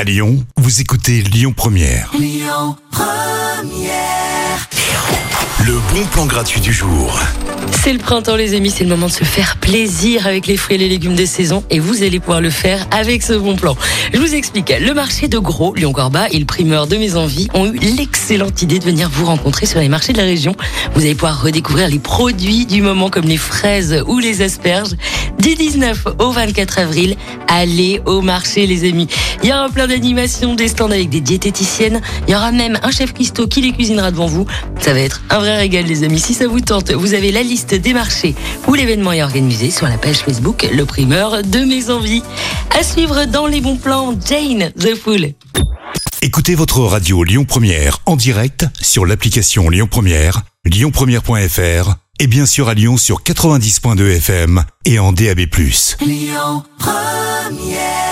À Lyon, vous écoutez Lyon Première. Lyon Première. Le bon plan gratuit du jour. C'est le printemps les amis, c'est le moment de se faire plaisir avec les fruits et les légumes des saisons et vous allez pouvoir le faire avec ce bon plan. Je vous explique, le marché de Gros, Lyon-Corba et le primeur de Mes Envies ont eu l'excellente idée de venir vous rencontrer sur les marchés de la région. Vous allez pouvoir redécouvrir les produits du moment comme les fraises ou les asperges. Du 19 au 24 avril, allez au marché les amis. Il y a un plein d'animations, des stands avec des diététiciennes. Il y aura même un chef cuistot qui les cuisinera devant vous. Ça va être un vrai régal les amis. Si ça vous tente, vous avez la liste des marchés où l'événement est organisé sur la page Facebook Le Primeur de Mes Envies. À suivre dans les bons plans, Jane the Fool. Écoutez votre radio Lyon Première en direct sur l'application Lyon Première, lyonpremière.fr et bien sûr à Lyon sur 90.2 FM et en DAB+. Lyon Première.